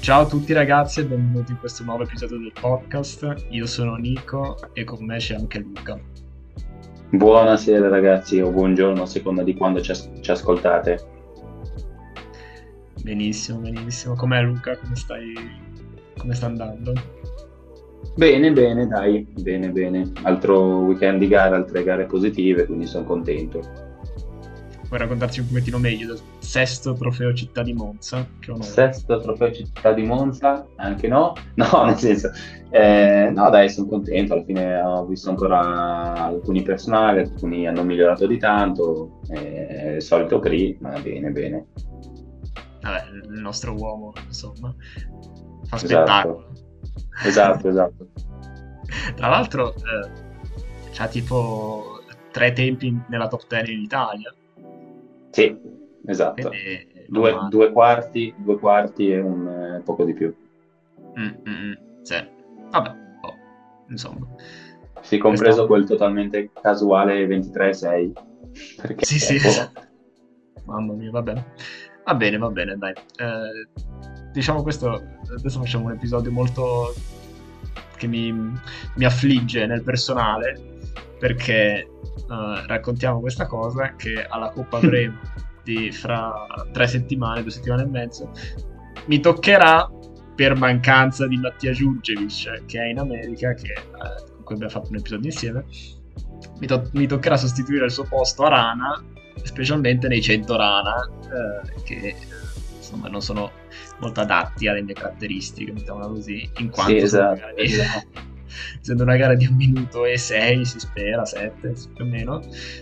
Ciao a tutti ragazzi e benvenuti in questo nuovo episodio del podcast. Io sono Nico e con me c'è anche Luca. Buonasera ragazzi o buongiorno a seconda di quando ci ascoltate. Benissimo, benissimo. Com'è Luca? Come stai? Come sta andando? Bene, bene, dai, bene, bene. Altro weekend di gare, altre gare positive, quindi sono contento. Vuoi raccontarci un pochettino meglio del sesto trofeo Città di Monza? Che onore. Sesto trofeo Città di Monza, anche no? No, nel senso, no dai, sono contento, alla fine ho visto ancora alcuni personali, alcuni hanno migliorato di tanto, il solito CRI, ma bene, bene. Vabbè, il nostro uomo, insomma, fa Esatto, spettacolo. esatto, esatto. Tra l'altro, c'ha tipo tre tempi nella top 10 in Italia, Sì, esatto. quindi non Due, male. due quarti e un poco di più. Sì. Vabbè, oh, insomma. Sì, compreso Quest'anno. quel totalmente casuale 23-6. Perché, Sì, sì, boh, esatto. Mamma mia, va bene. Va bene, dai. Diciamo questo, adesso facciamo un episodio molto che mi affligge nel personale, perché raccontiamo questa cosa che alla Coppa Brema di fra 3 settimane, 2 settimane e mezzo, mi toccherà per mancanza di Mattia Giurgevic, che è in America, con cui abbiamo fatto un episodio insieme. Mi toccherà sostituire il suo posto a Rana, specialmente nei 100 Rana, che insomma non sono molto adatti alle mie caratteristiche, mettiamola così, in sì, quanto sono una gara esatto, di esatto. essendo una gara di 1 minuto e 6, si spera, 7 più o meno,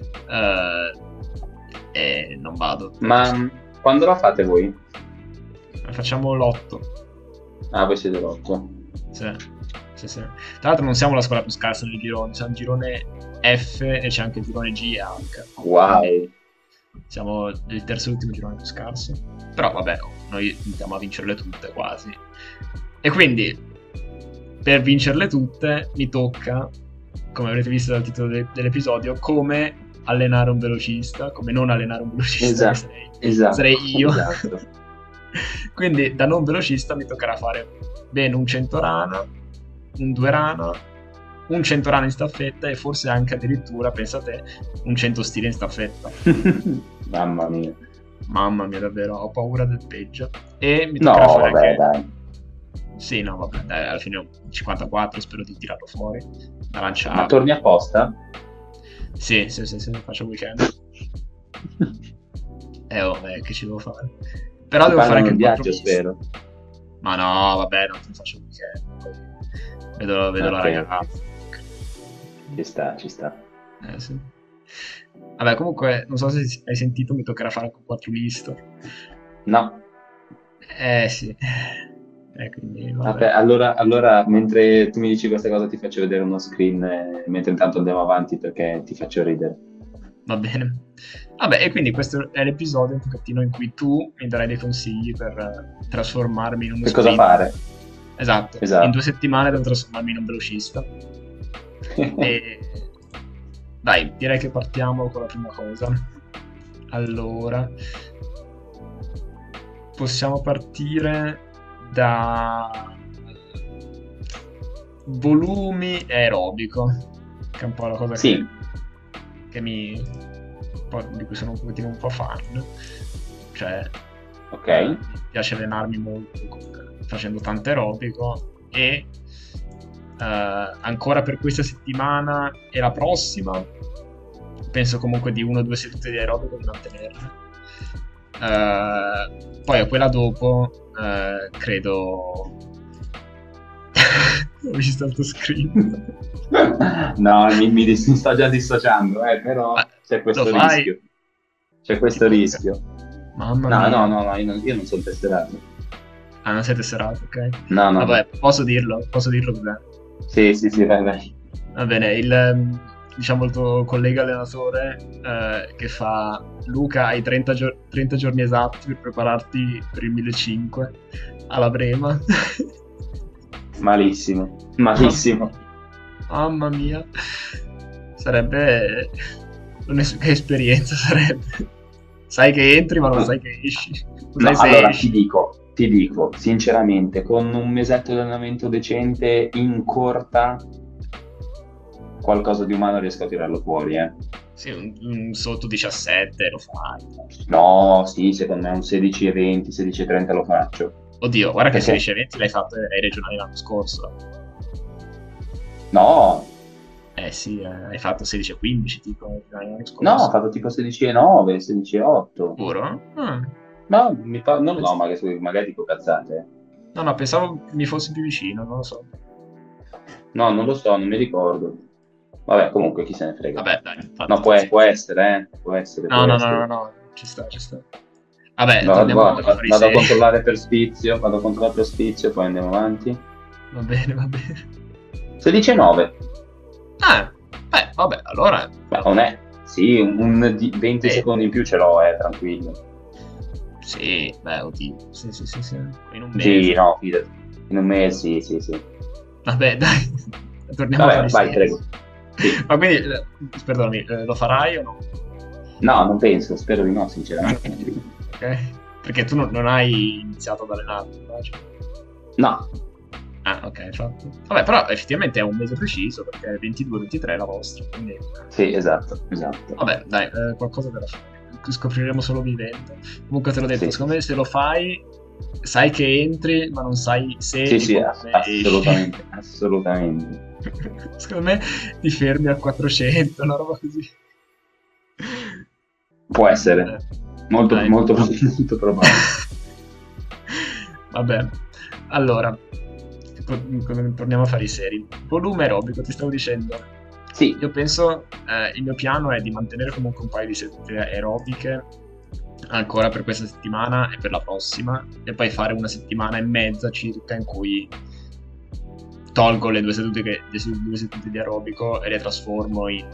e non vado troppo Ma quando la fate voi? facciamo l'8. Ah, voi siete l'otto. Sì, sì, sì. Tra l'altro non siamo la squadra più scarsa nel girone, siamo il girone F e c'è anche il girone G e H, quindi Wow. siamo il terzo e ultimo girone più scarso. Però vabbè, no, noi andiamo a vincerle tutte quasi. E quindi, per vincerle tutte, mi tocca, come avrete visto dal titolo dell'episodio, come allenare un velocista, come non allenare un velocista, che Esatto, sarei esatto, io. esatto. Quindi da non velocista mi toccherà fare bene un 100 rana, un 2 rana, un 100 rana in staffetta e forse anche addirittura, pensa te, un 100 stile in staffetta. Mamma mia. Mamma mia, davvero, ho paura del peggio. E mi No, toccherà fare vabbè, anche. dai. Sì, no, vabbè, dai, alla fine ho 54, spero di tirarlo fuori, da Ma lanciarlo. torni apposta? Sì, sì, sì, sì, faccio weekend. Che ci devo fare? Però Ti devo fare pagano anche il il 4 viaggio, misto. spero. Ma no, vabbè, non faccio weekend. Poi vedo la Ok, ok. ragazza. Ci sta, ci sta. Sì. Vabbè, comunque, non so se hai sentito, mi toccherà fare anche un 4 misto. No. Sì. Quindi, Vabbè, vabbè. allora, mentre tu mi dici questa cosa ti faccio vedere uno screen, mentre intanto andiamo avanti perché ti faccio ridere. Va bene. Vabbè, e quindi questo è l'episodio un pochettino in cui tu mi darai dei consigli per trasformarmi in uno Che cosa sprinter. fare? Esatto, in Esatto. 2 settimane devo trasformarmi in un velocista. E dai, direi che partiamo con la prima cosa. Allora, possiamo partire da volumi e aerobico, che è un po' la cosa Sì, di cui sono un pochettino un po' fan. Cioè, ok. mi piace allenarmi molto facendo tanto aerobico e ancora per questa settimana e la prossima penso comunque di 1 o 2 sedute di aerobico di mantenerle. Poi a quella dopo credo. Ho visto il tuo screen. No, mi sto già dissociando, però Ma c'è lo questo fai? rischio. C'è Ti questo tocca. rischio. Mamma No, no, mia. no, no, io non sono tesserato. Ah, non siete serati, ok. No, no, no. Vabbè, posso dirlo cos'è. Sì, sì, sì, vai, vai. Va bene, diciamo il tuo collega allenatore che fa Luca, hai 30 giorni esatti per prepararti per il 1500 alla Brema. Malissimo, Mamma malissimo. mia. Mamma mia. Sarebbe che esperienza sarebbe. Sai che entri ma non sai che esci. Non No, sai se allora esci. ti dico, sinceramente, con un mesetto di allenamento decente in corta, qualcosa di umano riesco a tirarlo fuori, eh. Sì, un sotto 17 lo fai. No, sì, secondo me un 16,20, 16,30 lo faccio. Oddio, guarda che Perché? 16 eventi l'hai fatto ai regionali l'anno scorso. No, Eh sì, hai fatto 16 e 15 tipo ai regionali l'anno no, ho scorso. fatto tipo 16,9, 16,8. Sicuro? Ah, No, non no, pens- magari dico cazzate. no, no, pensavo mi fossi più vicino, non lo so. No, non lo so, non mi ricordo. Vabbè, comunque, chi se ne frega. Vabbè, dai, No, tanto ti sei. può essere, può essere, No, può no, no, no, essere. no, ci sta, ci sta. Vabbè, torniamo Guarda, agli affari vado a seri. controllare per spizio, vado a controllare per spizio, poi andiamo avanti. Va bene, va bene. 16,9. Ah, vabbè, allora. Ma non è. Sì, 20 Eh, secondi in più ce l'ho, tranquillo. sì, beh, oddio. Sì, sì, sì, sì. In un Sì, mese. no, fidati. In un mese, sì, sì, sì. Vabbè, dai, torniamo a fare Vabbè, i vai, seri. prego. Sì. Ma quindi, perdonami, lo farai o no? No, non penso, spero di no, sinceramente. Ok? Perché tu non hai iniziato ad allenarti, immagino. No, Ah, ok, fatto. Vabbè, però effettivamente è un mese preciso perché è 22-23 la vostra, quindi. sì, esatto, esatto. Vabbè, dai, qualcosa della fare. Scopriremo solo vivendo. Comunque te l'ho detto, Sì, secondo me se lo fai, sai che entri, ma non sai se sì, e sì, come esci. assolutamente, assolutamente. Secondo me ti fermi a 400, una roba così. Può Vabbè, essere, molto, dai. molto, molto probabile. Vabbè, allora, torniamo a fare i seri. Volume aerobico, ti stavo dicendo. Sì, Io penso, il mio piano è di mantenere comunque un paio di sedute aerobiche ancora per questa settimana e per la prossima, e poi fare una settimana e mezza circa in cui tolgo le due sedute di aerobico e le trasformo in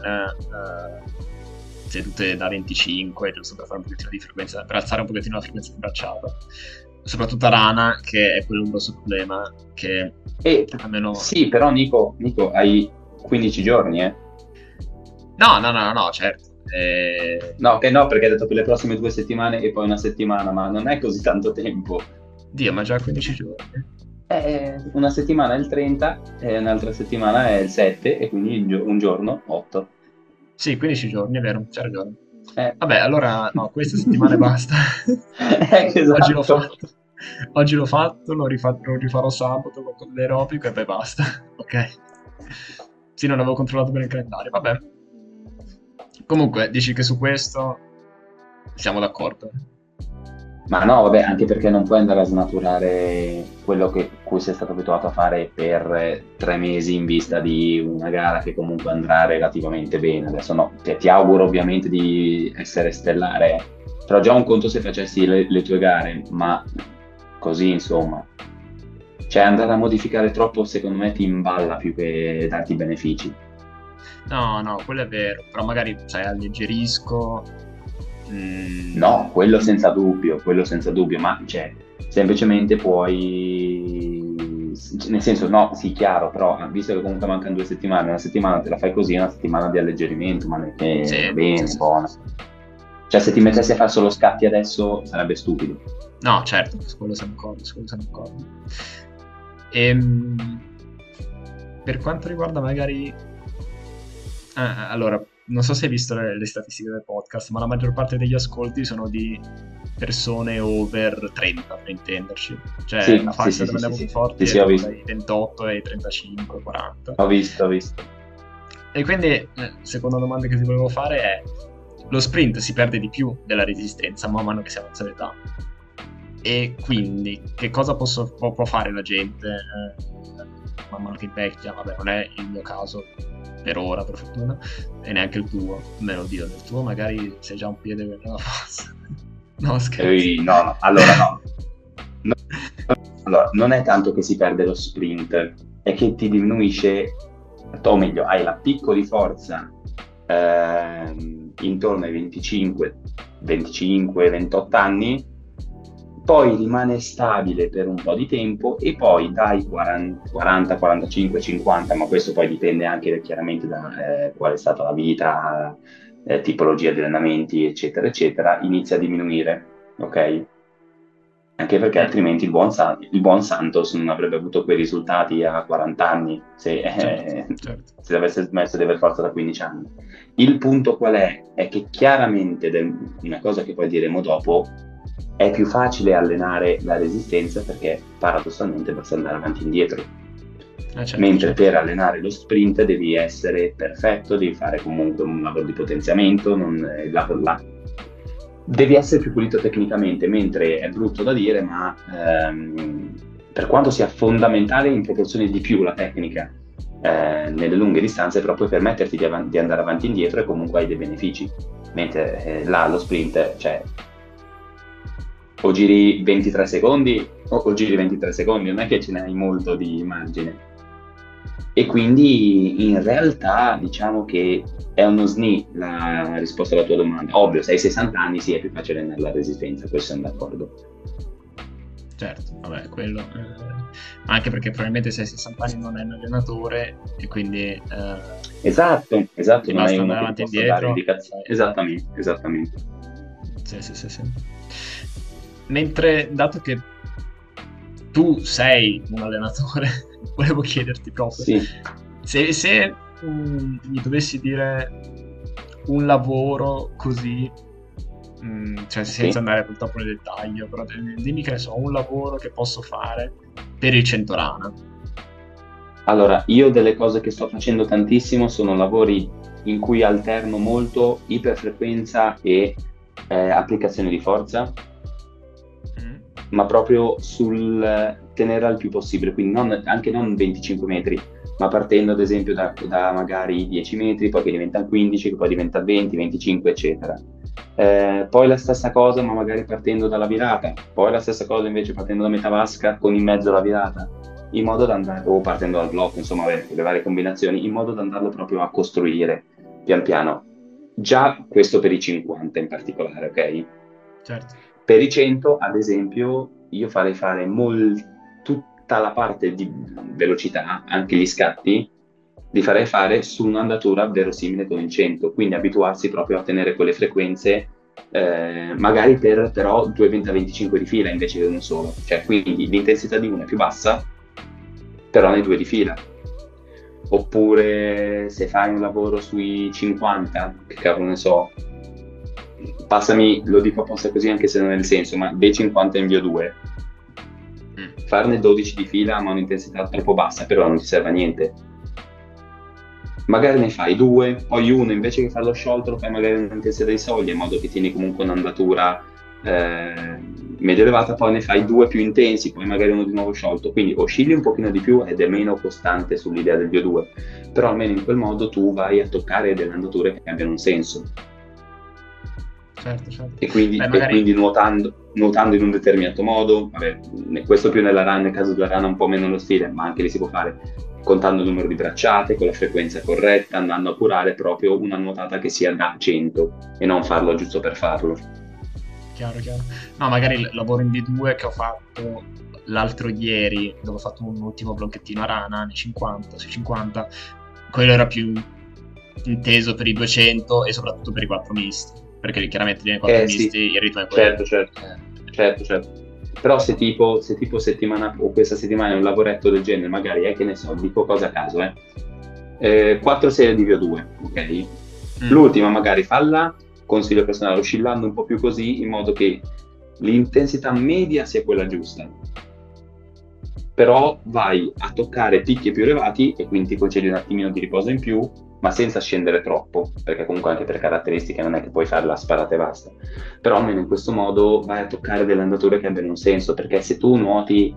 sedute da 25, giusto per fare un pochettino di frequenza, per alzare un pochettino la frequenza di bracciata. Soprattutto a rana, che è quello un grosso problema, che e almeno. sì, però Nico, hai 15 giorni, eh? No, no, no, no, certo. No, che no, perché hai detto per le prossime 2 settimane e poi una settimana, ma non è così tanto tempo. Dio, ma già 15 giorni. Una settimana è il 30 e un'altra settimana è il 7 e quindi un giorno 8. Sì, 15 giorni, è vero, c'è ragione. Eh. Vabbè, allora no, queste settimane basta. Oggi l'ho Esatto. fatto. Oggi l'ho fatto, lo rifarò sabato con l'aerobico e poi basta. Ok. Sì, non avevo controllato bene il calendario. Vabbè. Comunque, dici che su questo siamo d'accordo. Ma no, vabbè, anche perché non puoi andare a snaturare quello cui sei stato abituato a fare per 3 mesi in vista di una gara che comunque andrà relativamente bene. Adesso no, ti auguro ovviamente di essere stellare, però già un conto se facessi le tue gare, ma così insomma. Cioè andare a modificare troppo secondo me ti imballa più che darti benefici. No, no, quello è vero. Però magari, sai, alleggerisco. No, Mm, quello senza dubbio, ma cioè, semplicemente puoi, nel senso, no, sì, chiaro, però visto che comunque mancano 2 settimane, una settimana te la fai così, una settimana di alleggerimento, ma non è che va sì, sì, bene, sì, sì, buona. sì. Cioè, se ti Sì, sì. mettessi a fare solo scatti adesso sarebbe stupido. No, certo, su quello siamo d'accordo, su quello siamo d'accordo. Ehm, per quanto riguarda magari. Allora, non so se hai visto le statistiche del podcast, ma la maggior parte degli ascolti sono di persone over 30, per intenderci. Cioè, Sì, la sì, fascia sì, sì, dove sì, andiamo più sì, sì, forti è sì, ho tipo visto, dai 28 ai 35, 40. ho visto, ho visto. E quindi, seconda domanda che ti volevo fare è: lo sprint si perde di più della resistenza man mano che si avanza l'età? E quindi, che cosa può fare la gente man mano che invecchia? Vabbè, non è il mio caso per ora, per fortuna, e neanche il tuo. Me lo dico, nel tuo magari sei già un piede nella fossa. No, scherzo. No, no, allora no. No. Allora, non è tanto che si perde lo sprint, è che ti diminuisce, o meglio, hai la picco di forza intorno ai 25, 25, 28 anni, poi rimane stabile per un po' di tempo e poi dai 40, 45, 50, ma questo poi dipende anche chiaramente da qual è stata la vita, tipologia di allenamenti, eccetera, eccetera, inizia a diminuire, ok? Anche perché Mm, altrimenti il buon Santos non avrebbe avuto quei risultati a 40 anni se, certo, certo. se avesse smesso di aver forza da 15 anni. Il punto qual è? È che chiaramente, una cosa che poi diremo dopo, è più facile allenare la resistenza perché paradossalmente basta andare avanti e indietro. Certo, Mentre certo. per allenare lo sprint devi essere perfetto, devi fare comunque un lavoro di potenziamento, devi essere più pulito tecnicamente, mentre è brutto da dire, ma per quanto sia fondamentale in proporzione di più la tecnica nelle lunghe distanze, però puoi permetterti di andare avanti e indietro e comunque hai dei benefici. Mentre là lo sprint, cioè o giri 23 secondi o giri 23 secondi, non è che ce n'hai molto di margine. E quindi in realtà diciamo che è uno SNI la risposta alla tua domanda. Ovvio, se hai 60 anni sì, è più facile nella resistenza, questo siamo d'accordo. Certo, vabbè, quello. Anche perché probabilmente se hai 60 anni non hai un allenatore e quindi Esatto, esatto, ti non hai basta uno andare che ti avanti e possa dare indietro. indicazioni. Esattamente, esattamente. Sì, sì, sì, sì. Mentre, dato che tu sei un allenatore, volevo chiederti proprio, Sì, se mi dovessi dire un lavoro così, cioè senza sì. andare purtroppo nel dettaglio, però dimmi che ne so, un lavoro che posso fare per il Centorana. Allora, io delle cose che sto facendo tantissimo sono lavori in cui alterno molto iperfrequenza e applicazione di forza, Mm. ma proprio sul tenere al più possibile, quindi anche non 25 metri, ma partendo ad esempio da magari 10 metri, poi che diventa 15, che poi diventa 20, 25, eccetera. Poi la stessa cosa, ma magari partendo dalla virata, poi la stessa cosa invece partendo da metà vasca con in mezzo la virata, in modo da andare, o partendo dal blocco, insomma, le varie combinazioni, in modo da andarlo proprio a costruire pian piano. Già questo per i 50 in particolare, ok? Certo. Per i 100, ad esempio, io farei fare tutta la parte di velocità, anche gli scatti, li farei fare su un'andatura verosimile con il 100, quindi abituarsi proprio a tenere quelle frequenze, magari per però due 20 a 25 di fila invece che uno solo. Cioè, quindi l'intensità di uno è più bassa, però nei due di fila. Oppure se fai un lavoro sui 50, che cavolo ne so, passami, lo dico apposta così anche se non è il senso, ma dei 50 invio 2, Mm. farne 12 di fila ma un'intensità troppo bassa, però non ti serve a niente. Magari ne fai due, poi uno invece che farlo sciolto lo fai magari un'intensità di soglia, in modo che tieni comunque un'andatura eh, medio elevata, poi ne fai due più intensi, poi magari uno di nuovo sciolto, quindi oscilli un pochino di più ed è meno costante sull'idea del bio 2, però almeno in quel modo tu vai a toccare delle andature che abbiano un senso. Certo, certo. E quindi, Beh, e magari. quindi nuotando in un determinato modo, vabbè, questo più nella run, nel caso della run un po' meno lo stile, ma anche lì si può fare contando il numero di bracciate, con la frequenza corretta, andando a curare proprio una nuotata che sia da 100 e non farlo giusto per farlo. Chiaro, chiaro. No, magari il lavoro in B2 che ho fatto l'altro ieri, dove ho fatto un ultimo blocchettino a rana nei 50, sui 50, quello era più inteso per i 200 e soprattutto per i 4 misti, perché chiaramente nei 4 Eh sì, misti il ritmo è quello. certo, certo, certo, certo. Però se tipo settimana o questa settimana è un lavoretto del genere, magari che ne so, dico cose a caso, 4 serie di VO2, ok? Mm, L'ultima magari falla, consiglio personale, oscillando un po' più così, in modo che l'intensità media sia quella giusta. Però vai a toccare picchi più elevati e quindi ti concedi un attimino di riposo in più, ma senza scendere troppo, perché comunque anche per caratteristiche non è che puoi fare la sparata e basta. Però almeno in questo modo vai a toccare delle andature che abbiano un senso, perché se tu nuoti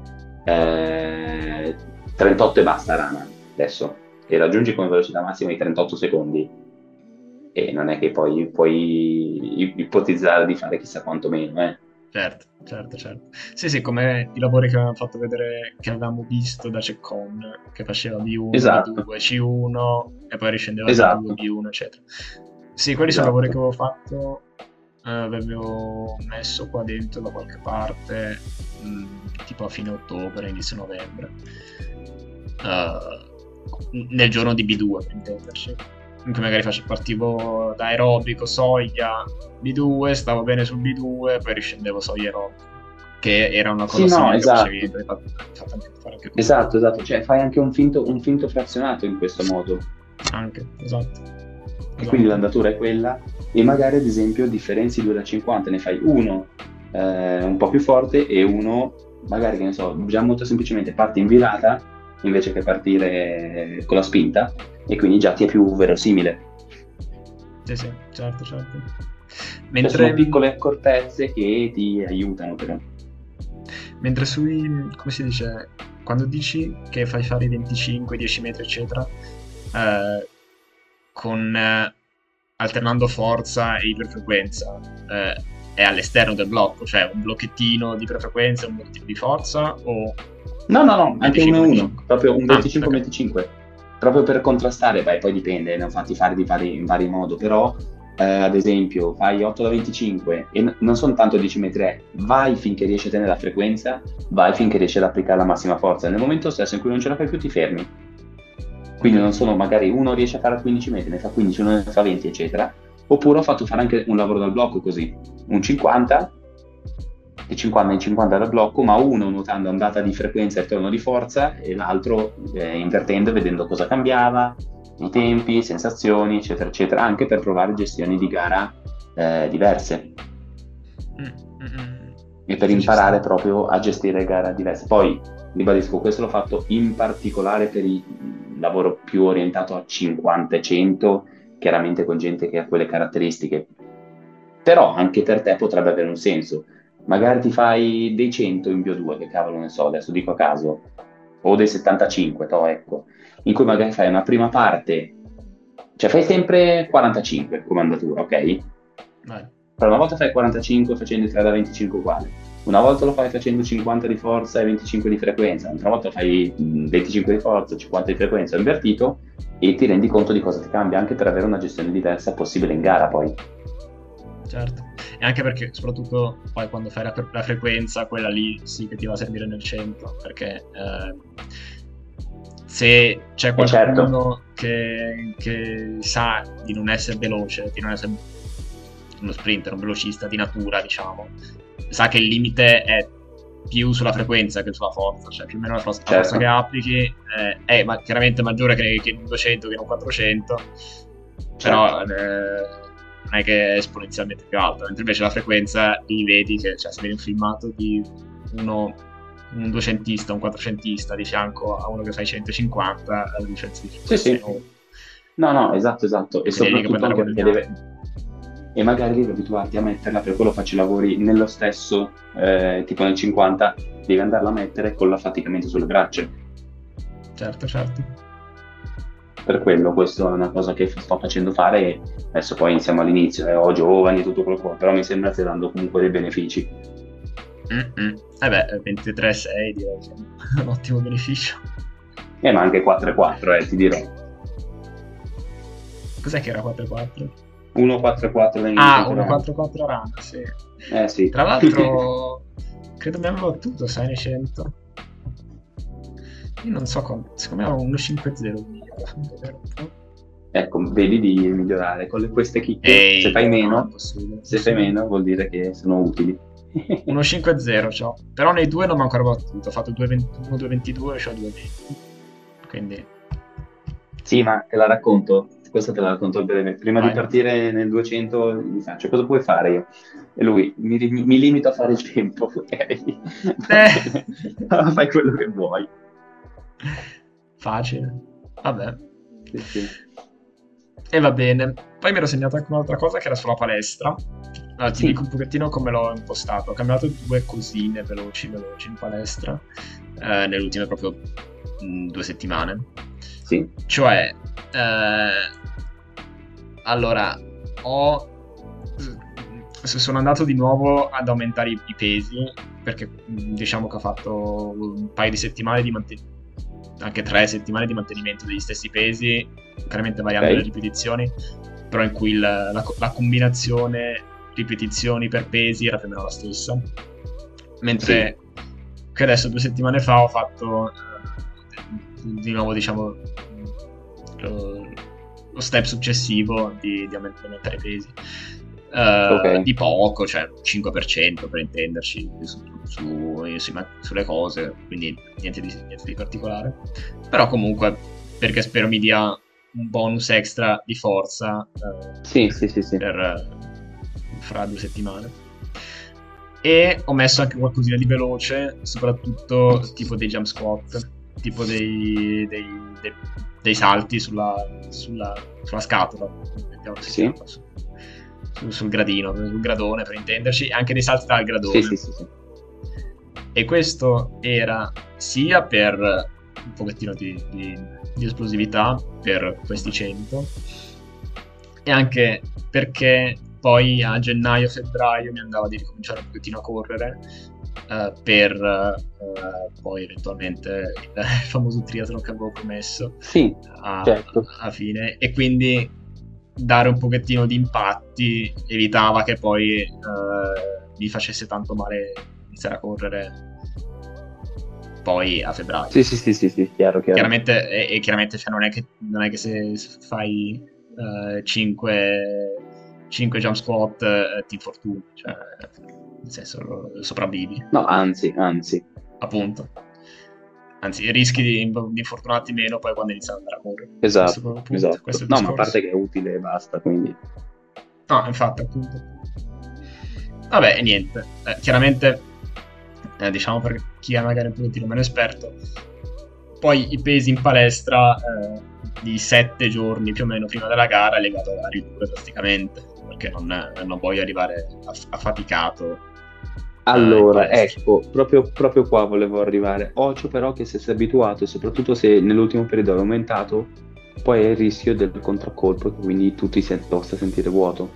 38 e basta rana adesso, e raggiungi come velocità massima i 38 secondi, e non è che poi puoi ipotizzare di fare chissà quanto meno, eh. certo, certo, certo. Sì, sì, come i lavori che avevamo fatto vedere, che avevamo visto da Ceccon, che faceva B1, Esatto, B2, C1 e poi riscendeva B2, esatto, B1, eccetera. Sì, quelli sono lavori che esatto. avevo fatto, avevo messo qua dentro da qualche parte, tipo a fine ottobre, inizio novembre, nel giorno di B2 per intenderci. in cui magari partivo da aerobico, soglia, B2, stavo bene sul B2, poi riscendevo soglia aerobico, che era una cosa Sì, no, simile che esatto. facevi, hai fatto anche fare anche tu. Esatto, esatto, cioè fai anche un finto frazionato in questo modo. Anche, esatto. E quindi Esatto. l'andatura è quella, e magari ad esempio differenzi 2 da 50, ne fai uno un po' più forte e uno magari, che ne so, già molto semplicemente parti in virata invece che partire con la spinta, e quindi già ti è più verosimile. Sì, sì, certo, certo. Cioè sono Mentre, piccole accortezze che ti aiutano però. mentre sui, come si dice, quando dici che fai fare i 25, 10 metri, eccetera, con alternando forza e iperfrequenza, è all'esterno del blocco, cioè un blocchettino di iperfrequenza e un blocchettino di forza, o No, no, no, anche 1 e 1, 25-25? proprio un Ah, ok. 25-25, proprio per contrastare. Beh, poi dipende, ne ho fatti fare in vari modi, però ad esempio fai 8 da 25 e non sono tanto 10 metri, vai finché riesci a tenere la frequenza, vai finché riesci ad applicare la massima forza. Nel momento stesso in cui non ce la fai più ti fermi, quindi non Ok. sono, magari uno riesce a fare a 15 metri, ne fa 15, uno ne fa 20, eccetera. Oppure ho fatto fare anche un lavoro dal blocco così, un 50, di 50 in 50 dal blocco, ma uno nuotando andata di frequenza e ritorno di forza, e l'altro invertendo e vedendo cosa cambiava, i tempi, sensazioni, eccetera, eccetera, anche per provare gestioni di gara diverse Mm, mm, mm. e per Sì, ci sta. imparare proprio a gestire gare diverse. Poi, ribadisco, questo l'ho fatto in particolare per il lavoro più orientato a 50 e 100, chiaramente con gente che ha quelle caratteristiche. Però anche per te potrebbe avere un senso. Magari ti fai dei 100 in Bio2, che cavolo ne so, adesso dico a caso, o dei 75, ecco, in cui magari fai una prima parte, cioè fai sempre 45 come andatura, ok? Vai. Però una volta fai 45 facendo i 3 da 25 uguali, una volta lo fai facendo 50 di forza e 25 di frequenza, un'altra volta fai 25 di forza, 50 di frequenza invertito, e ti rendi conto di cosa ti cambia, anche per avere una gestione diversa possibile in gara poi. Certo, e anche perché soprattutto poi quando fai la frequenza, quella lì sì che ti va a servire nel 100, perché se c'è E certo, qualcuno che sa di non essere veloce, di non essere uno sprinter, un velocista di natura, diciamo, sa che il limite è più sulla frequenza che sulla forza, cioè più o meno la forza che certo, applichi è chiaramente maggiore che in un 200, che in un 400, però certo. non è che è esponenzialmente più alta, mentre invece la frequenza lì vedi che, cioè, se vedi un filmato di un duecentista, un quattrocentista di fianco a uno che fa i 150, la differenza di Sì, frequenza è sì. enorme. No, no, esatto, esatto. E Quindi è lì che puoi soprattutto andare a anche perché guadagnare. e magari devi abituarti a metterla, per quello faccio i lavori nello stesso, tipo nel 50, devi andarla a mettere con l'affaticamento sulle braccia. Certo, certo. Per quello questa è una cosa che sto facendo fare, e adesso poi siamo all'inizio, ho giovani e tutto quello che vuoi, però mi sembra stia dando comunque dei benefici. Mm-mm. Eh beh, 23,6 direi che è un ottimo beneficio. Ma anche 4-4, ti dirò. Cos'è che era 4,4? 1-4-4 da Ah, Innocent Run. 1,44 run, sì. Eh sì. Tra l'altro, credo mi abbia battuto, sai, nei 100. Io non so quanto, secondo me era un 1,50 il mio, fammi vedere un po'. Ecco, vedi di migliorare con queste chicche. Ehi, no, è impossibile, Se fai impossibile. meno vuol dire che sono utili. 1,50 c'ho. Però nei due non mi ha ancora battuto. Ho fatto 2,21, 2,22 e c'ho 2,20. Quindi, Sì, ma te la racconto, questa te la racconto breve. Prima di vai. partire nel 200 gli faccio: cosa puoi fare io? E lui: mi limito a fare il tempo, ok? Va Eh. bene, allora fai quello che vuoi. Facile. Vabbè. Sì, sì. E va bene. Poi mi ero segnato anche un'altra cosa che era sulla palestra. Allora, ti dico Sì, un pochettino come l'ho impostato. Ho cambiato due cosine veloci, veloci in palestra nelle ultime proprio 2 settimane. sì, Cioè, allora, sono andato di nuovo ad aumentare i pesi perché diciamo che ho fatto un paio di settimane di anche 3 settimane di mantenimento degli stessi pesi, chiaramente variando le ok, ripetizioni, però in cui la combinazione ripetizioni per pesi era più o meno la stessa. sì, Mentre che adesso 2 settimane fa ho fatto di nuovo, diciamo, lo- lo step successivo di aumentare i pesi. Ok. Di poco, cioè 5% per intenderci sulle cose, quindi niente di particolare. Però comunque, perché spero mi dia un bonus extra di forza Sì, sì, sì, sì. fra 2 settimane. E ho messo anche qualcosina di veloce, soprattutto tipo dei jump squat, tipo dei salti sulla scatola, vediamo come si Sì, chiama, sul gradino, sul gradone per intenderci, anche dei salti dal sì, gradone. sì, sì, sì. E questo era sia per un pochettino di esplosività per questi 100, e anche perché poi a gennaio-febbraio mi andava di ricominciare un pochettino a correre, per poi eventualmente il famoso triathlon che avevo promesso Sì, certo. a fine, e quindi dare un pochettino di impatti evitava che poi mi facesse tanto male iniziare a correre poi a febbraio. Sì, sì, sì, sì, sì, chiaro, chiaro. Chiaramente cioè, non è che se fai 5 jump squat ti infortuni, cioè, nel senso sopravvivi, No, anzi, anzi. appunto. Anzi, rischi di infortunarti meno poi quando inizi ad andare a correre. Questo è Esatto, proprio il punto, questo esatto. è il No, ma a parte discorso. che è utile e basta, quindi. No, infatti, appunto. Vabbè, e niente. Chiaramente, diciamo per chi è magari un pochettino meno esperto, poi i pesi in palestra di 7 giorni più o meno prima della gara è legato a ridurre drasticamente, perché non voglio arrivare affaticato in Allora, palestra. ecco, proprio qua volevo arrivare. Occhio però che se sei abituato, e soprattutto se nell'ultimo periodo hai aumentato, poi hai il rischio del contraccolpo, quindi tu ti possa sentire vuoto.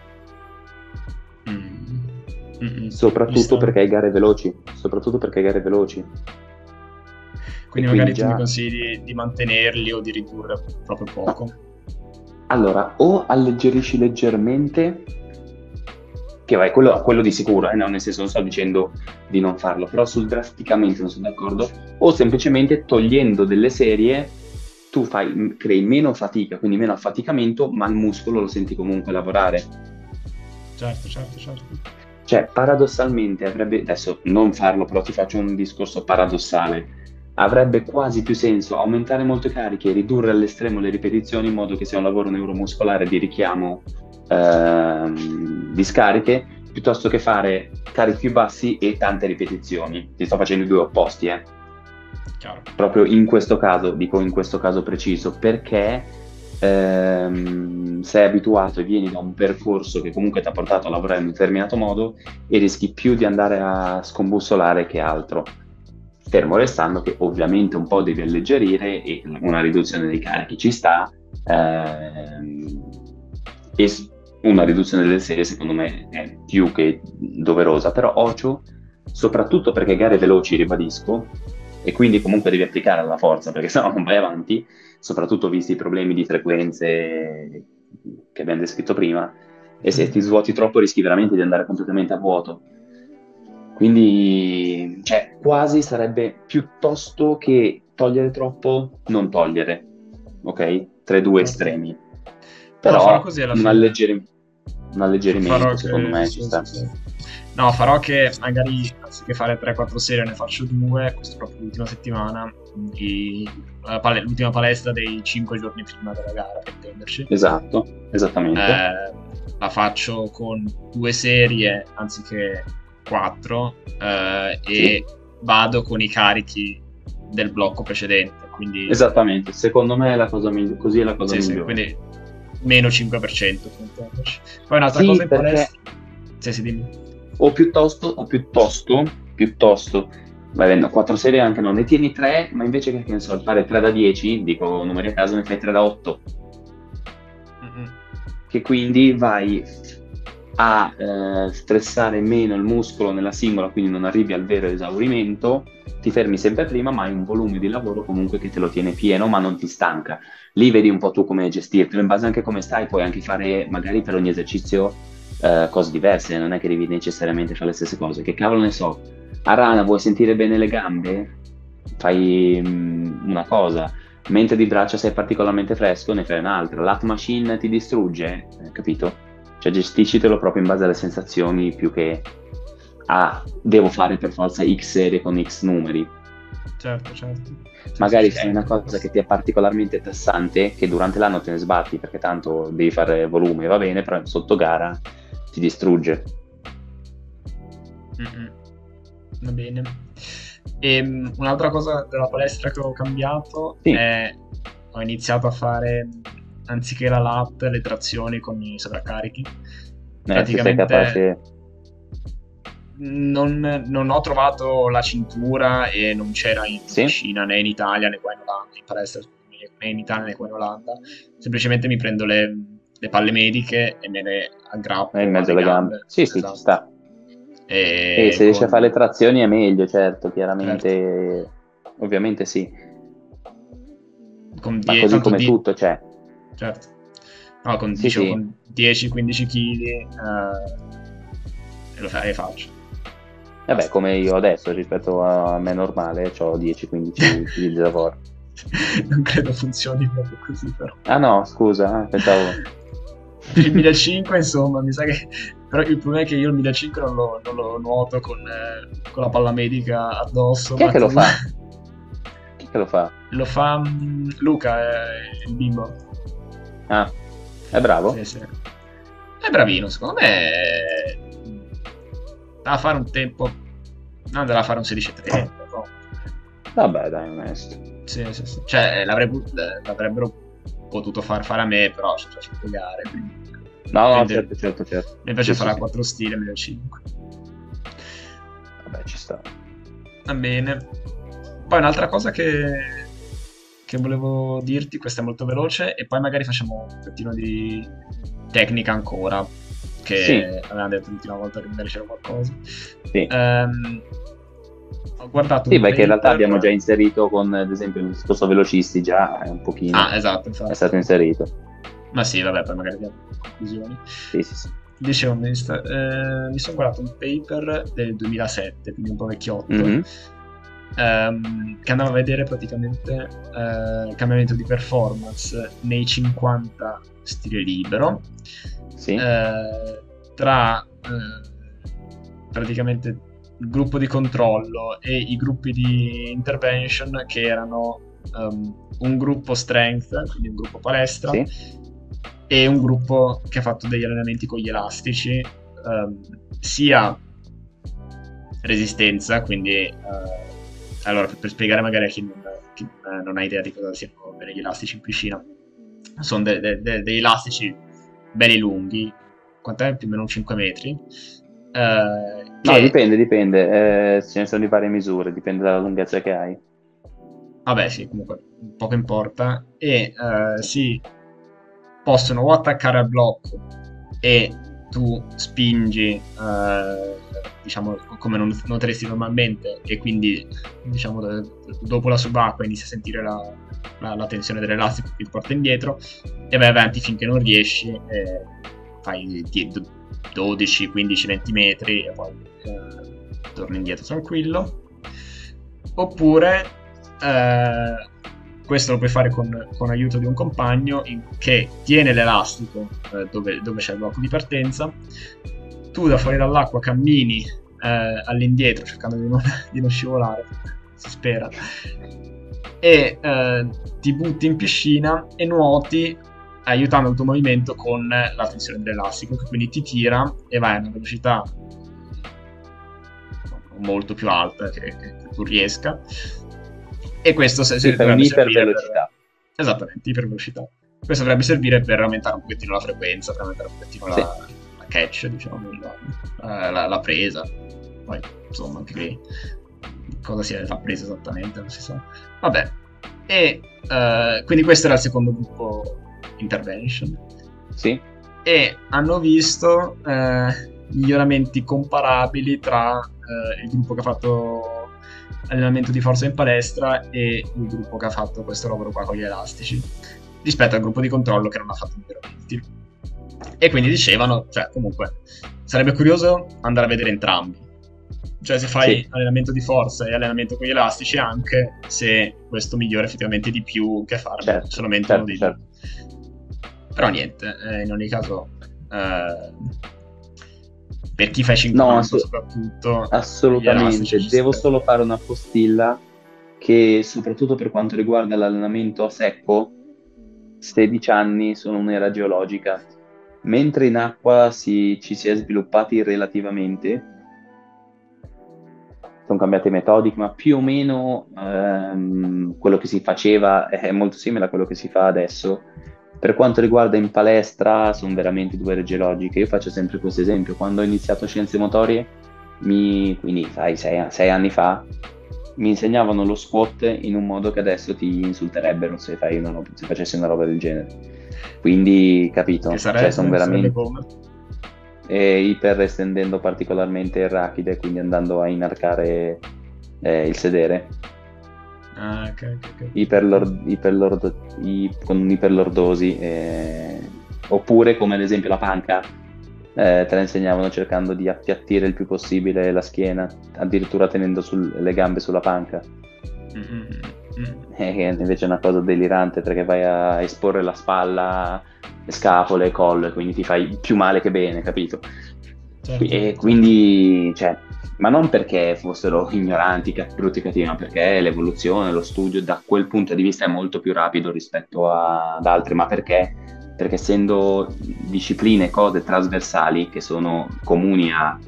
Mm. Mm-mm. Soprattutto Giusto? perché hai gare veloci. Soprattutto perché hai gare veloci. E Quindi quindi magari tu mi già. consigli di mantenerli o di ridurre proprio No. poco. Allora, o alleggerisci leggermente, che vai, quello di sicuro, no? Nel senso non sto dicendo di non farlo, però sul drasticamente non sono d'accordo, o semplicemente togliendo delle serie tu crei meno fatica, quindi meno affaticamento, ma il muscolo lo senti comunque lavorare. Certo, certo, certo. Cioè, paradossalmente avrebbe, adesso non farlo, però ti faccio un discorso paradossale, avrebbe quasi più senso aumentare molto i carichi e ridurre all'estremo le ripetizioni in modo che sia un lavoro neuromuscolare di richiamo di scariche, piuttosto che fare carichi più bassi e tante ripetizioni. Ti sto facendo i due opposti, Chiaro. proprio in questo caso, dico in questo caso preciso, perché sei abituato e vieni da un percorso che comunque ti ha portato a lavorare in un determinato modo e rischi più di andare a scombussolare che altro. Fermo restando che ovviamente un po' devi alleggerire e una riduzione dei carichi ci sta, e una riduzione delle serie secondo me è più che doverosa, però ocio, soprattutto perché gare veloci, ribadisco, e quindi comunque devi applicare alla forza perché sennò non vai avanti, soprattutto visti i problemi di frequenze che abbiamo descritto prima, e se ti svuoti troppo rischi veramente di andare completamente a vuoto. Quindi, cioè, quasi sarebbe piuttosto che togliere troppo, non togliere, ok? Tra i due Certo. estremi. No, farò Però così alla un, fine. un Farò alleggerimento, secondo che... me, ci Sì, sì, sta. sì. No, farò che magari anziché fare 3-4 serie ne faccio 2, questa è proprio l'ultima settimana, l'ultima palestra dei 5 giorni prima della gara, per intenderci. Esatto, esattamente. La faccio con 2 serie anziché 4, Sì, e vado con i carichi del blocco precedente, quindi esattamente. Secondo me è la cosa così è la cosa sì, sì, migliore. quindi meno 5%, per intenderci. Poi un'altra cosa Sì, in perché palestra. Sì, sì, dimmi. o piuttosto, vai avendo 4 serie anche no, ne tieni 3, ma invece che ne so, fare 3 da 10, dico numeri a caso, ne fai 3 da 8, Mm-mm. che quindi vai a stressare meno il muscolo nella singola, quindi non arrivi al vero esaurimento, ti fermi sempre prima, ma hai un volume di lavoro comunque che te lo tiene pieno, ma non ti stanca. Lì vedi un po' tu come gestirtelo, in base anche a come stai, puoi anche fare magari per ogni esercizio cose diverse, non è che devi necessariamente fare le stesse cose. Che cavolo ne so, a rana vuoi sentire bene le gambe? Fai una cosa. mentre di braccia sei particolarmente fresco, ne fai un'altra. Lat machine ti distrugge, capito? Cioè gestiscitelo proprio in base alle sensazioni più che devo fare per forza X serie con X numeri. Certo, certo. Magari fai una cosa che ti è particolarmente tassante, che durante l'anno te ne sbatti perché tanto devi fare volume, va bene, però sotto gara ti distrugge. Va bene. E un'altra cosa della palestra che ho cambiato Sì. è ho iniziato a fare, anziché la lat, le trazioni con i sovraccarichi. Se sei capace... Non ho trovato la cintura e non c'era in Sì? Cina né in Italia né qua in Olanda, in palestra né in Italia né qua in Olanda. Semplicemente mi prendo le palle mediche e me le aggrappo In mezzo alle alle gambe. Sì, sì, Esatto. ci sta. E se riesci a fare le trazioni è meglio, certo, chiaramente, Certo. Ovviamente sì. Con Ma così come tutto, cioè. Certo. No, Sì, sì. con 10-15 kg e faccio. Vabbè, come io adesso rispetto a me normale, ho 10-15 kg di lavoro. Non credo funzioni proprio così, però. Ah no, scusa, pensavo... Il 1500, insomma, mi sa che... Però il problema è che io il 1500 non lo nuoto con la palla medica addosso. Chi è che lo fa? Chi è che lo fa? Lo fa Luca, il bimbo. Ah, è bravo? Sì, sì. È bravino, secondo me. Da fare un tempo... Non andrà a fare un 16-30, no? Vabbè, dai, onesto. Sì. Cioè, l'avrebbero potuto fare a me, però c'è già 5 gare, quindi... No, certo. Mi piace Sì, fare sì. a 4 stile, 1500. Vabbè, ci sta. Va bene. Poi un'altra cosa che volevo dirti, questa è molto veloce, e poi magari facciamo un pochettino di tecnica ancora, che Sì. avevamo detto l'ultima volta che magari c'era qualcosa. Sì. Ho guardato Sì, un perché in realtà paper... abbiamo già inserito con, ad esempio, il discorso velocisti già un pochino. Ah, esatto, infatti. È stato inserito. Ma sì, vabbè, poi magari abbiamo conclusioni. Sì. Dicevo, mi sono guardato un paper del 2007, quindi un po' vecchiotto, Mm-hmm. che andava a vedere praticamente il cambiamento di performance nei 50 stile libero, Sì. tra praticamente il gruppo di controllo e i gruppi di intervention, che erano un gruppo strength, quindi un gruppo palestra, Sì. e un gruppo che ha fatto degli allenamenti con gli elastici, sia resistenza, quindi allora per spiegare magari a chi non ha idea di cosa siano bene gli elastici in piscina, sono degli elastici belli lunghi, quant'è? Più o meno un 5 metri, No, dipende, ce ne sono di varie misure, dipende dalla lunghezza che hai. Vabbè, sì, comunque poco importa, e si possono o attaccare al blocco e tu spingi, diciamo, come non nuoteresti normalmente, e quindi, diciamo, dopo la subacquea inizi a sentire la tensione dell'elastico che ti porta indietro, e vai avanti finché non riesci, e fai 12, 15, 20 metri e poi torni indietro tranquillo. Oppure questo lo puoi fare con aiuto di un compagno che tiene l'elastico dove c'è il blocco di partenza. Tu da fuori dall'acqua cammini all'indietro cercando di non scivolare, si spera, e ti butti in piscina e nuoti aiutando il tuo movimento con la tensione dell'elastico, che quindi ti tira e vai a una velocità molto più alta che tu riesca, e questo Per un'ipervelocità. Esattamente, ipervelocità. Questo dovrebbe servire per aumentare un pochettino la frequenza, per aumentare un pochettino Sì. la catch, diciamo, la presa. Poi, insomma, anche lì cosa sia la presa esattamente, non si sa. Vabbè. E quindi questo era il secondo gruppo intervention. Sì. E hanno visto miglioramenti comparabili tra il gruppo che ha fatto allenamento di forza in palestra e il gruppo che ha fatto questo lavoro qua con gli elastici, rispetto al gruppo di controllo che non ha fatto miglioramenti. E quindi dicevano, cioè, comunque sarebbe curioso andare a vedere entrambi, Cioè se fai Sì, allenamento di forza e allenamento con gli elastici anche, se questo migliora effettivamente di più che farne certo, solamente uno certo, dei due. certo. Però niente, in ogni caso, eh, per chi fa i No, 50 soprattutto, gli elastici assolutamente. ci Devo sta. solo fare una postilla che, soprattutto per quanto riguarda l'allenamento a secco, 16 anni sono un'era geologica, mentre in acqua ci si è sviluppati relativamente, sono cambiate metodiche, ma più o meno quello che si faceva è molto simile a quello che si fa adesso. Per quanto riguarda in palestra, sono veramente due ere geologiche. Io faccio sempre questo esempio. Quando ho iniziato scienze motorie, quindi sai, 6 anni fa, mi insegnavano lo squat in un modo che adesso ti insulterebbero se facessi una roba del genere. Quindi, Che capito? Cioè, sono sarebbe veramente come? iper estendendo particolarmente il rachide, quindi andando a inarcare il sedere Ah, ok, ok, ok, ok. con un'iperlordosi, oppure come ad esempio la panca, te la insegnavano cercando di appiattire il più possibile la schiena, addirittura tenendo le gambe sulla panca. Mm, mm, mm. Che invece è una cosa delirante perché vai a esporre la spalla, le scapole, collo, e quindi ti fai più male che bene, capito? Certo, E certo. quindi, cioè, ma non perché fossero ignoranti, brutti, cattivi, ma perché l'evoluzione, lo studio da quel punto di vista è molto più rapido rispetto ad altri, ma perché? Perché essendo discipline, cose trasversali che sono comuni a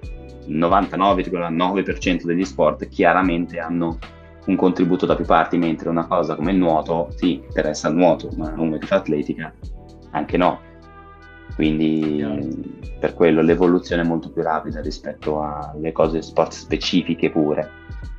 99,9% degli sport, chiaramente hanno un contributo da più parti, mentre una cosa come il nuoto, sì, interessa il nuoto, ma uno che fa atletica, anche no. Chiaro. Quindi per quello l'evoluzione è molto più rapida rispetto alle cose sport specifiche pure.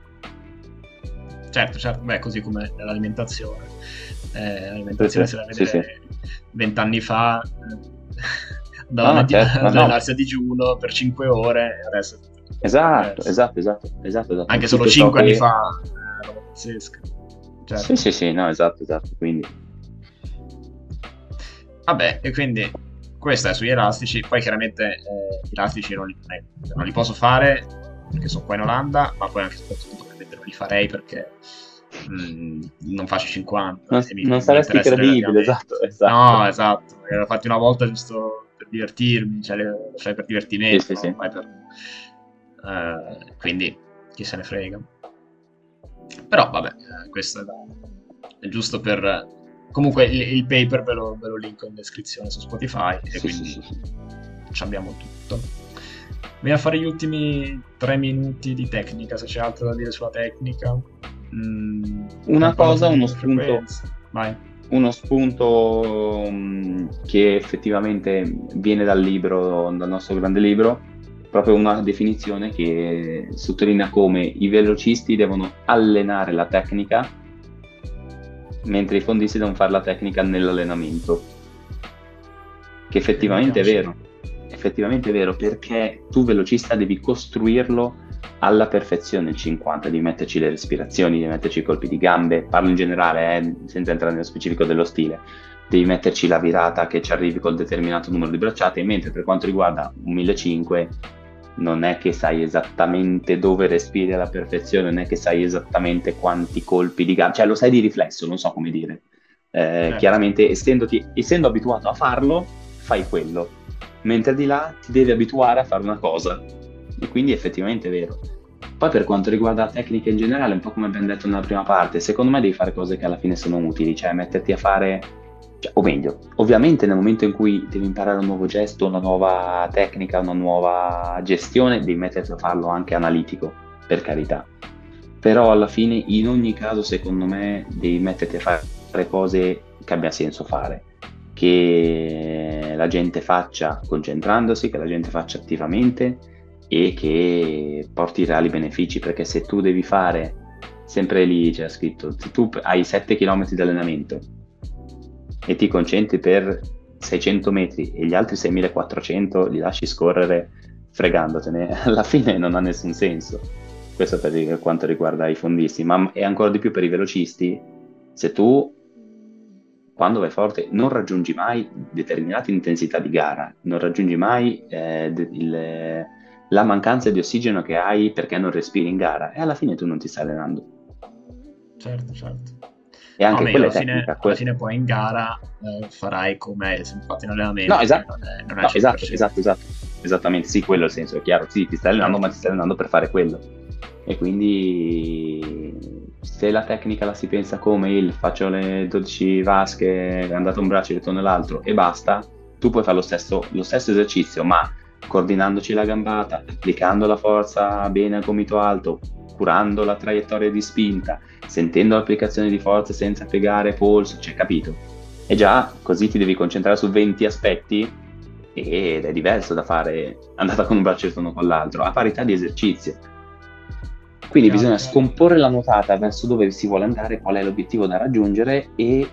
Certo, certo, beh, così come l'alimentazione. Sì, L'alimentazione, sì, se la sì, sì. vedere 20 anni fa, andavano No, certo, ma ad no. allenarsi a digiuno per 5 ore, e adesso è tutto Esatto, diverso. esatto, esatto, esatto, esatto. Anche solo Tutto ciò 5 anni che... fa, è una roba pazzesca. Sì, Certo. sì, sì, no, esatto, esatto. Quindi, Vabbè, e quindi questo è sugli elastici. Poi chiaramente gli elastici non li posso fare perché sono qua in Olanda, ma poi anche soprattutto probabilmente non li farei perché non faccio 50 e non mi saresti interessa il credibile, riallenamento. esatto, esatto. No, esatto, magari l'ho fatto una volta giusto per divertirmi, cioè lo fai per Sì, divertimento, sì, non lo sì. fai per... quindi chi se ne frega. Però vabbè, questo è giusto per... Comunque il paper ve lo linko in descrizione su Spotify e Sì, sì, quindi sì, sì. ci abbiamo tutto. Andiamo a fare gli ultimi 3 minuti di tecnica, se c'è altro da dire sulla tecnica. Una Abbiamo parlato cosa, di frequenza. Vai. uno spunto che effettivamente viene dal libro, dal nostro grande libro, proprio una definizione che sottolinea come i velocisti devono allenare la tecnica, mentre i fondisti devono fare la tecnica nell'allenamento. Che Ok, mi piace. effettivamente è vero, perché tu velocista devi costruirlo alla perfezione il 50, devi metterci le respirazioni, devi metterci i colpi di gambe, parlo in generale, senza entrare nello specifico dello stile, devi metterci la virata che ci arrivi col determinato numero di bracciate, mentre per quanto riguarda un 1500 non è che sai esattamente dove respiri alla perfezione, non è che sai esattamente quanti colpi di gambe, cioè lo sai di riflesso, non so come dire. Certo. Chiaramente, essendo abituato a farlo, fai quello, mentre di là ti devi abituare a fare una cosa, e quindi effettivamente è vero. Poi per quanto riguarda la tecnica in generale, un po' come abbiamo detto nella prima parte, secondo me devi fare cose che alla fine sono utili, cioè metterti a fare, o meglio, ovviamente nel momento in cui devi imparare un nuovo gesto, una nuova tecnica, una nuova gestione, devi metterti a farlo anche analitico, per carità. Però alla fine, in ogni caso, secondo me, devi metterti a fare cose che abbia senso fare, che la gente faccia concentrandosi, che la gente faccia attivamente e che porti reali benefici, perché se tu devi fare, sempre lì c'è scritto, se tu hai 7 km di allenamento e ti concentri per 600 metri e gli altri 6400 li lasci scorrere fregandotene, alla fine non ha nessun senso. Questo per quanto riguarda i fondisti, ma è ancora di più per i velocisti. Se tu, quando vai forte, non raggiungi mai determinate intensità di gara, non raggiungi mai la mancanza di ossigeno che hai perché non respiri in gara e alla fine tu non ti stai allenando. Certo, certo. E No, anche meglio, quella è tecnica. alla fine poi in gara farai come sei fatto in No, allenamento, quindi esatto, non è no, esatto, 100%. esatto, esatto. Esattamente, sì, quello è il senso, è chiaro. Sì, ti stai allenando, ma Certo. ti stai allenando per fare quello. E quindi se la tecnica la si pensa come il faccio le 12 vasche, è andato un braccio e ritorno l'altro e basta, tu puoi fare lo stesso esercizio, ma coordinandoci la gambata, applicando la forza bene al gomito alto, curando la traiettoria di spinta, sentendo l'applicazione di forza senza piegare polso, cioè capito? E già così ti devi concentrare su 20 aspetti ed è diverso da fare andata con un braccio e ritorno con l'altro, a parità di esercizio. Quindi Chiaro, bisogna chiaro. scomporre la nuotata verso dove si vuole andare, qual è l'obiettivo da raggiungere e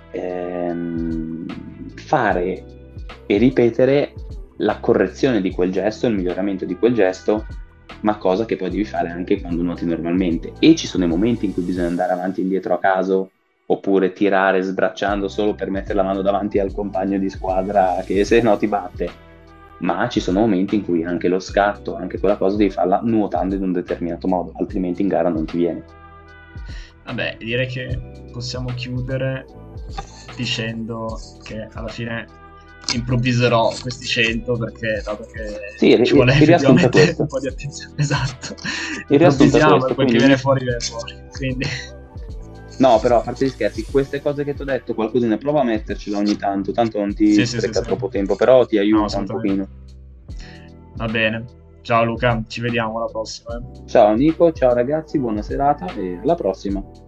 fare e ripetere la correzione di quel gesto, il miglioramento di quel gesto, ma cosa che poi devi fare anche quando nuoti normalmente. E ci sono i momenti in cui bisogna andare avanti e indietro a caso, oppure tirare sbracciando solo per mettere la mano davanti al compagno di squadra che se no ti batte. Ma ci sono momenti in cui anche lo scatto, anche quella cosa devi farla nuotando in un determinato modo, altrimenti in gara non ti viene. Vabbè, direi che possiamo chiudere dicendo che alla fine improvviserò questi 100 perché dato che Sì, ci vuole il riassunto è effettivamente un questo. po' di attenzione. Esatto. Il riassunto è Improvvisiamo e questo, quel che quindi viene fuori viene fuori. Quindi no, però a parte gli scherzi, queste cose che ti ho detto, qualcosina prova a mettercela ogni tanto, tanto non ti sì, sì, sì, spreca sì. troppo tempo, però ti No, aiuta un assolutamente. pochino. Va bene. Ciao Luca, ci vediamo alla prossima. Ciao Nico, ciao ragazzi, buona serata e alla prossima.